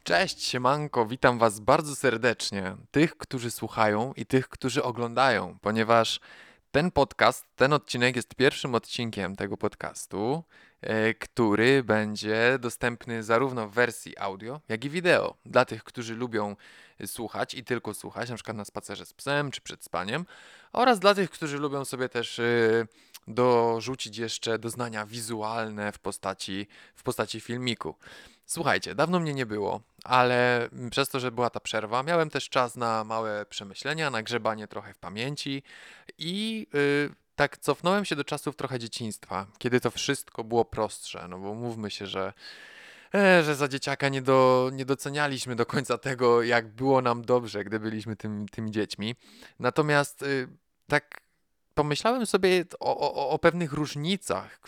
Cześć, siemanko, witam was bardzo serdecznie. Tych, którzy słuchają i tych, którzy oglądają, ponieważ ten odcinek jest pierwszym odcinkiem tego podcastu, który będzie dostępny zarówno w wersji audio, jak i wideo. Dla tych, którzy lubią słuchać i tylko słuchać, na przykład na spacerze z psem czy przed spaniem, oraz dla tych, którzy lubią sobie też dorzucić jeszcze doznania wizualne w postaci filmiku. Słuchajcie, dawno mnie nie było, ale przez to, że była ta przerwa, miałem też czas na małe przemyślenia, na grzebanie trochę w pamięci i tak cofnąłem się do czasów trochę dzieciństwa, kiedy to wszystko było prostsze, no bo mówmy się, że za dzieciaka nie docenialiśmy do końca tego, jak było nam dobrze, gdy byliśmy tymi dziećmi. Natomiast tak pomyślałem sobie o pewnych różnicach,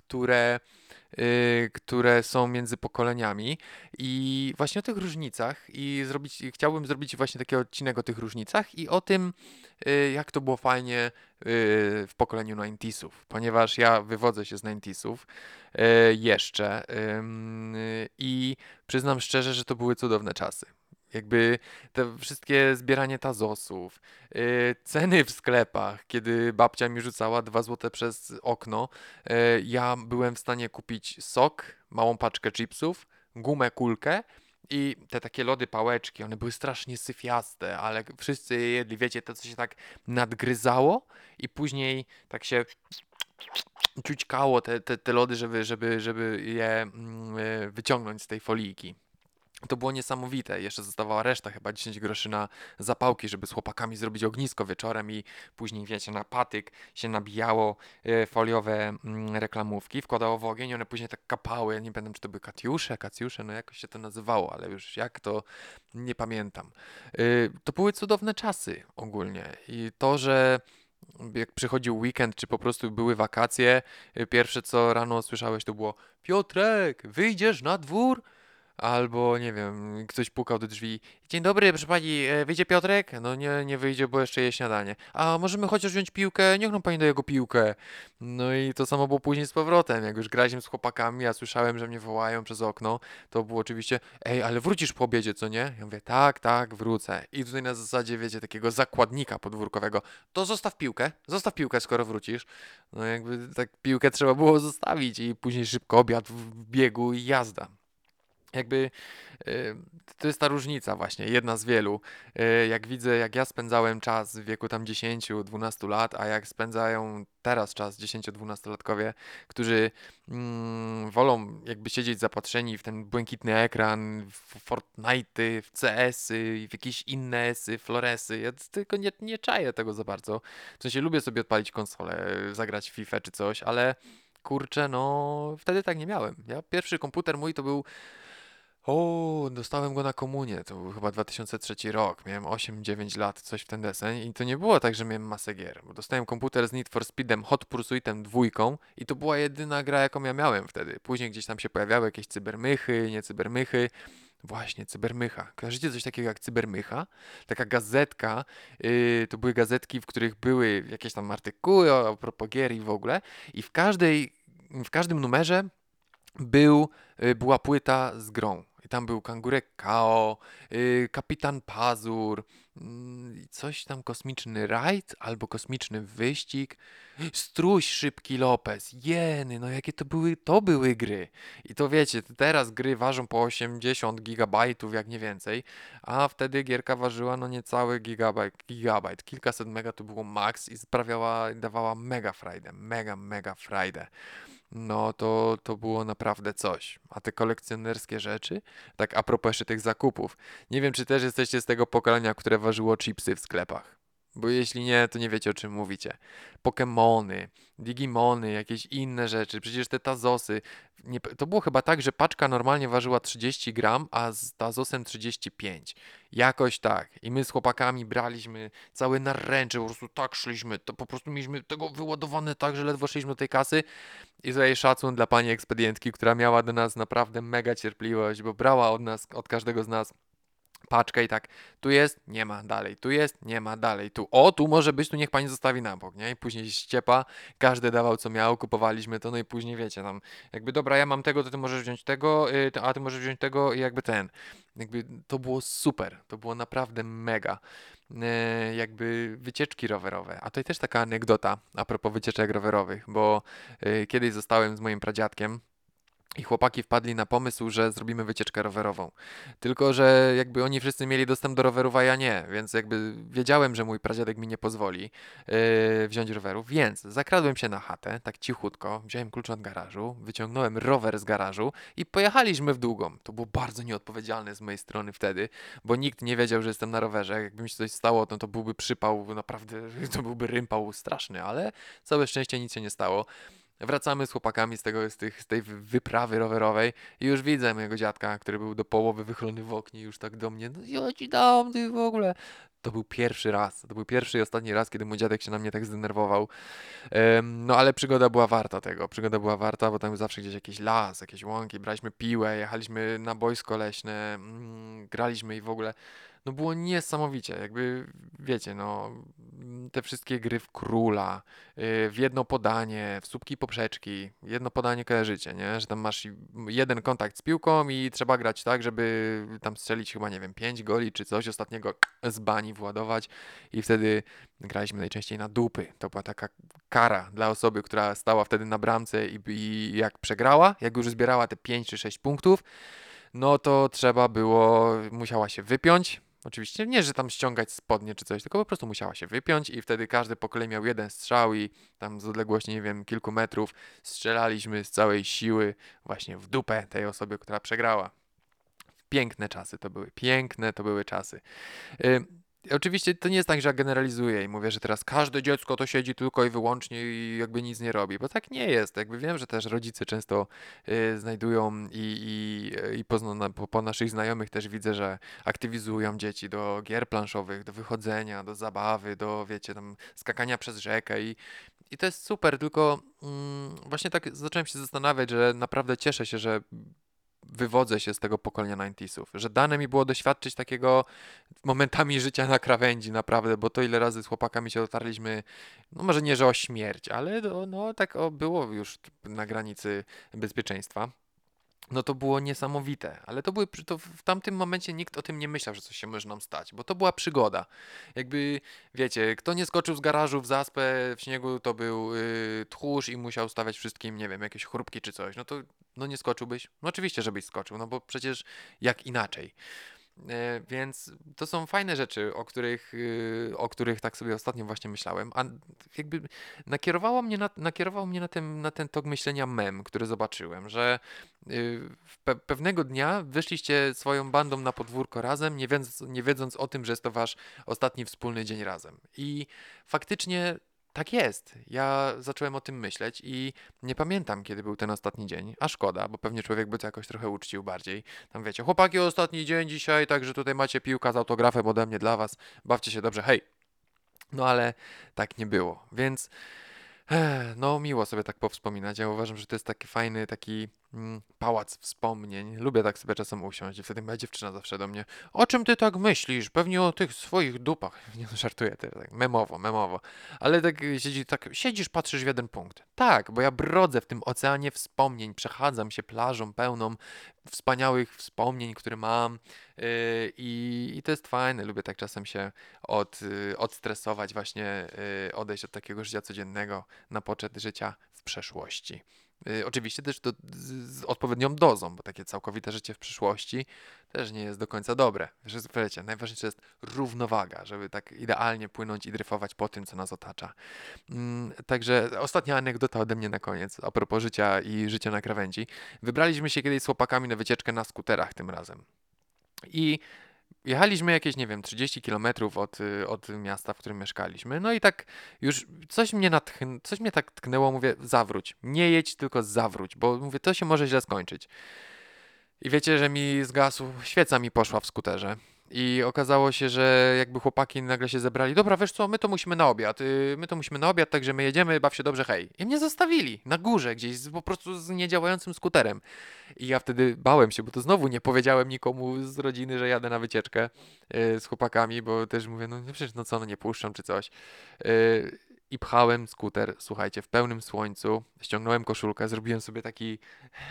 które są między pokoleniami i właśnie o tych różnicach chciałbym zrobić właśnie taki odcinek o tych różnicach i o tym, jak to było fajnie w pokoleniu 90sów, ponieważ ja wywodzę się z 90sów jeszcze i przyznam szczerze, że to były cudowne czasy. Jakby te wszystkie zbieranie tazosów, ceny w sklepach, kiedy babcia mi rzucała 2 złote przez okno, ja byłem w stanie kupić sok, małą paczkę chipsów, gumę, kulkę i te takie lody pałeczki. One były strasznie syfiaste, ale wszyscy je jedli. Wiecie, to co się tak nadgryzało i później tak się ciućkało te lody, żeby je wyciągnąć z tej folijki. To było niesamowite. Jeszcze zostawała reszta, chyba 10 groszy na zapałki, żeby z chłopakami zrobić ognisko wieczorem i później, wiecie, na patyk się nabijało foliowe reklamówki, wkładało w ogień, one później tak kapały. Ja nie pamiętam, czy to były kacjusze, no jakoś się to nazywało, ale już jak to nie pamiętam. To były cudowne czasy ogólnie i to, że jak przychodził weekend, czy po prostu były wakacje, pierwsze co rano słyszałeś to było: Piotrek, wyjdziesz na dwór? Albo nie wiem, ktoś pukał do drzwi. Dzień dobry, proszę pani, wyjdzie Piotrek? No nie, nie wyjdzie, bo jeszcze je śniadanie. A możemy chociaż wziąć piłkę? Niech nam pani da jego piłkę. No i to samo było później z powrotem. Jak już graliśmy z chłopakami, ja słyszałem, że mnie wołają przez okno, to było oczywiście: ej, ale wrócisz po obiedzie, co nie? Ja mówię: tak, tak, wrócę. I tutaj na zasadzie, wiecie, takiego zakładnika podwórkowego: to zostaw piłkę, skoro wrócisz. No jakby tak piłkę trzeba było zostawić i później szybko obiad w biegu i jazda. Jakby to jest ta różnica właśnie, jedna z wielu. Jak widzę, jak ja spędzałem czas w wieku tam 10-12 lat, a jak spędzają teraz czas 10-12-latkowie, którzy wolą jakby siedzieć zapatrzeni w ten błękitny ekran, w Fortnite'y, w CS-y, i w jakieś inne esy, floresy. Ja tylko nie czaję tego za bardzo. W sensie lubię sobie odpalić konsolę, zagrać w FIFA czy coś, ale kurczę, no wtedy tak nie miałem. Pierwszy komputer mój to był dostałem go na komunię, to był chyba 2003 rok, miałem 8-9 lat, coś w ten deseń i to nie było tak, że miałem masę gier, bo dostałem komputer z Need for Speedem Hot Pursuitem dwójką i to była jedyna gra, jaką ja miałem wtedy. Później gdzieś tam się pojawiały jakieś cybermychy, nie cybermychy. Właśnie, cybermycha. Kojarzycie coś takiego jak cybermycha? Taka gazetka, to były gazetki, w których były jakieś tam artykuły a propos gier i w ogóle i w każdym numerze była płyta z grą. I tam był Kangurek Kao, Kapitan Pazur, i coś tam kosmiczny rajd albo kosmiczny wyścig, Struś Szybki Lopez, jeny, no jakie to były gry. I to wiecie, teraz gry ważą po 80 gigabajtów, jak nie więcej, a wtedy gierka ważyła no niecały gigabajt, kilkaset mega to było max i dawała mega frajdę, mega frajdę. No to było naprawdę coś. A te kolekcjonerskie rzeczy, tak a propos jeszcze tych zakupów. Nie wiem, czy też jesteście z tego pokolenia, które ważyło chipsy w sklepach. Bo jeśli nie, to nie wiecie o czym mówicie. Pokemony, Digimony, jakieś inne rzeczy, przecież te Tazosy. Nie, to było chyba tak, że paczka normalnie ważyła 30 gram, a z Tazosem 35. Jakoś tak. I my z chłopakami braliśmy całe narręcze, po prostu tak szliśmy, to po prostu mieliśmy tego wyładowane tak, że ledwo szliśmy do tej kasy. I tutaj szacun dla pani ekspedientki, która miała do nas naprawdę mega cierpliwość, bo brała od nas, od każdego z nas paczkę i tak, tu jest, nie ma, dalej, tu jest, nie ma, dalej, tu, o, tu może być, tu niech pani zostawi na bok, nie? I później ściepa, każdy dawał co miał, kupowaliśmy to, no i później wiecie, tam, jakby dobra, ja mam tego, to ty możesz wziąć tego, a ty możesz wziąć tego i jakby jakby to było super, to było naprawdę mega. Jakby wycieczki rowerowe. A tutaj też taka anegdota a propos wycieczek rowerowych, bo kiedyś zostałem z moim pradziadkiem i chłopaki wpadli na pomysł, że zrobimy wycieczkę rowerową. Tylko, że jakby oni wszyscy mieli dostęp do rowerów, a ja nie, więc jakby wiedziałem, że mój pradziadek mi nie pozwoli wziąć roweru, więc zakradłem się na chatę, tak cichutko, wziąłem klucz od garażu, wyciągnąłem rower z garażu i pojechaliśmy w długą. To było bardzo nieodpowiedzialne z mojej strony wtedy, bo nikt nie wiedział, że jestem na rowerze. Jakby mi się coś stało, to byłby przypał, naprawdę, to byłby rympał straszny, ale całe szczęście nic się nie stało. Wracamy z chłopakami z tej wyprawy rowerowej i już widzę mojego dziadka, który był do połowy wychylony w oknie, już tak do mnie, no ja ci dam, ty w ogóle. To był pierwszy raz, to był pierwszy i ostatni raz, kiedy mój dziadek się na mnie tak zdenerwował. No ale przygoda była warta tego, przygoda była warta, bo tam zawsze gdzieś jakiś las, jakieś łąki, braliśmy piłę, jechaliśmy na boisko leśne, graliśmy i w ogóle, no było niesamowicie, jakby wiecie, no te wszystkie gry w króla, w jedno podanie, w słupki poprzeczki, jedno podanie kojarzycie, nie? Że tam masz jeden kontakt z piłką i trzeba grać tak, żeby tam strzelić chyba, nie wiem, 5 goli czy coś, ostatniego z bani władować i wtedy graliśmy najczęściej na dupy. To była taka kara dla osoby, która stała wtedy na bramce i jak przegrała, jak już zbierała te 5 czy 6 punktów, no to trzeba było, musiała się wypiąć. Oczywiście nie, że tam ściągać spodnie czy coś, tylko po prostu musiała się wypiąć i wtedy każdy po kolei miał jeden strzał i tam z odległości, nie wiem, kilku metrów strzelaliśmy z całej siły właśnie w dupę tej osoby, która przegrała. Piękne czasy to były, piękne to były czasy. Y, Oczywiście to nie jest tak, że ja generalizuję i mówię, że teraz każde dziecko to siedzi tylko i wyłącznie i jakby nic nie robi, bo tak nie jest. Jakby wiem, że też rodzice często znajdują i po naszych znajomych też widzę, że aktywizują dzieci do gier planszowych, do wychodzenia, do zabawy, do wiecie, tam skakania przez rzekę i to jest super, tylko właśnie tak zacząłem się zastanawiać, że naprawdę cieszę się, że wywodzę się z tego pokolenia 90sów, że dane mi było doświadczyć takiego momentami życia na krawędzi naprawdę, bo to ile razy z chłopakami się dotarliśmy, no może nie, że o śmierć, ale no tak było już na granicy bezpieczeństwa. No to było niesamowite, ale to w tamtym momencie nikt o tym nie myślał, że coś się może nam stać, bo to była przygoda. Jakby, wiecie, kto nie skoczył z garażu w zaspę w śniegu, to był tchórz i musiał stawiać wszystkim, nie wiem, jakieś chrupki czy coś. No to, no nie skoczyłbyś? No oczywiście, żebyś skoczył, no bo przecież jak inaczej. Więc to są fajne rzeczy, o których tak sobie ostatnio właśnie myślałem, a jakby nakierował mnie na ten tok myślenia mem, który zobaczyłem, że pewnego dnia wyszliście swoją bandą na podwórko razem, nie wiedząc o tym, że jest to wasz ostatni wspólny dzień razem. I faktycznie tak jest. Ja zacząłem o tym myśleć i nie pamiętam, kiedy był ten ostatni dzień, a szkoda, bo pewnie człowiek by to jakoś trochę uczcił bardziej. Tam wiecie, chłopaki, ostatni dzień dzisiaj, także tutaj macie piłka z autografem ode mnie dla was. Bawcie się dobrze, hej! No ale tak nie było, więc no miło sobie tak powspominać. Ja uważam, że to jest taki fajny, taki pałac wspomnień. Lubię tak sobie czasem usiąść i wtedy moja dziewczyna zawsze do mnie, o czym ty tak myślisz? Pewnie o tych swoich dupach. Nie no, żartuję, to tak memowo, memowo. Ale tak siedzisz, patrzysz w jeden punkt. Tak, bo ja brodzę w tym oceanie wspomnień, przechadzam się plażą pełną wspaniałych wspomnień, które mam i to jest fajne. Lubię tak czasem się odstresować, właśnie odejść od takiego życia codziennego na poczet życia w przeszłości. Oczywiście też z odpowiednią dozą, bo takie całkowite życie w przyszłości też nie jest do końca dobre. Wiecie, najważniejsza jest równowaga, żeby tak idealnie płynąć i dryfować po tym, co nas otacza. Także ostatnia anegdota ode mnie na koniec, a propos życia i życia na krawędzi. Wybraliśmy się kiedyś z chłopakami na wycieczkę na skuterach tym razem. I jechaliśmy jakieś, nie wiem, 30 kilometrów od miasta, w którym mieszkaliśmy. No i tak już coś mnie tak tknęło, mówię, zawróć. Nie jedź, tylko zawróć, bo mówię, to się może źle skończyć. I wiecie, że mi zgasł, świeca mi poszła w skuterze. I okazało się, że jakby chłopaki nagle się zebrali, dobra, wiesz co, my to musimy na obiad, także my jedziemy, baw się dobrze, hej. I mnie zostawili na górze gdzieś, po prostu z niedziałającym skuterem. I ja wtedy bałem się, bo to znowu nie powiedziałem nikomu z rodziny, że jadę na wycieczkę z chłopakami, bo też mówię, no przecież no co, no nie puszczam czy coś. I pchałem skuter, słuchajcie, w pełnym słońcu, ściągnąłem koszulkę, zrobiłem sobie taki,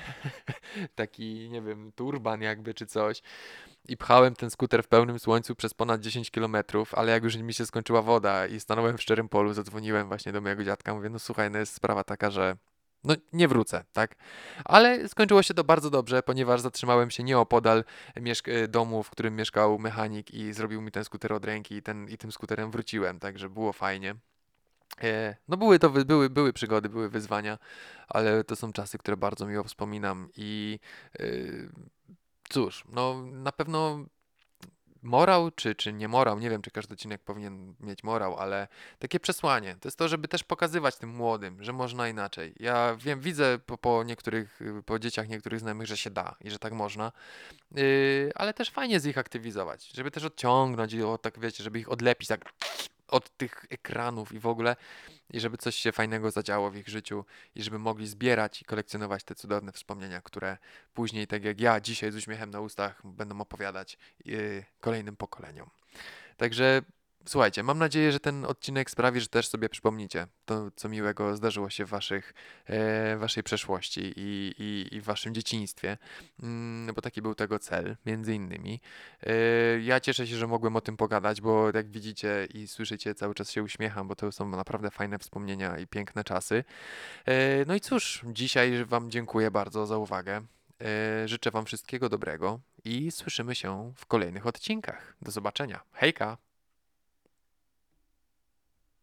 taki, nie wiem, turban jakby czy coś i pchałem ten skuter w pełnym słońcu przez ponad 10 kilometrów, ale jak już mi się skończyła woda i stanąłem w szczerym polu, zadzwoniłem właśnie do mojego dziadka, mówię, no słuchaj, no jest sprawa taka, że no nie wrócę, tak? Ale skończyło się to bardzo dobrze, ponieważ zatrzymałem się nieopodal domu, w którym mieszkał mechanik i zrobił mi ten skuter od ręki i tym skuterem wróciłem, także było fajnie. No były przygody, były wyzwania, ale to są czasy, które bardzo miło wspominam i e, cóż, no na pewno morał czy nie morał, nie wiem, czy każdy odcinek powinien mieć morał, ale takie przesłanie, to jest to, żeby też pokazywać tym młodym, że można inaczej. Ja wiem, widzę po niektórych, po dzieciach niektórych znajomych, że się da i że tak można, ale też fajnie z ich aktywizować, żeby też odciągnąć i tak wiecie, żeby ich odlepić tak od tych ekranów i w ogóle, i żeby coś się fajnego zadziało w ich życiu i żeby mogli zbierać i kolekcjonować te cudowne wspomnienia, które później, tak jak ja dzisiaj z uśmiechem na ustach, będą opowiadać kolejnym pokoleniom. Także słuchajcie, mam nadzieję, że ten odcinek sprawi, że też sobie przypomnicie to, co miłego zdarzyło się waszej przeszłości i w waszym dzieciństwie, bo taki był tego cel, między innymi. Ja cieszę się, że mogłem o tym pogadać, bo jak widzicie i słyszycie, cały czas się uśmiecham, bo to są naprawdę fajne wspomnienia i piękne czasy. No i cóż, dzisiaj wam dziękuję bardzo za uwagę. Życzę wam wszystkiego dobrego i słyszymy się w kolejnych odcinkach. Do zobaczenia. Hejka!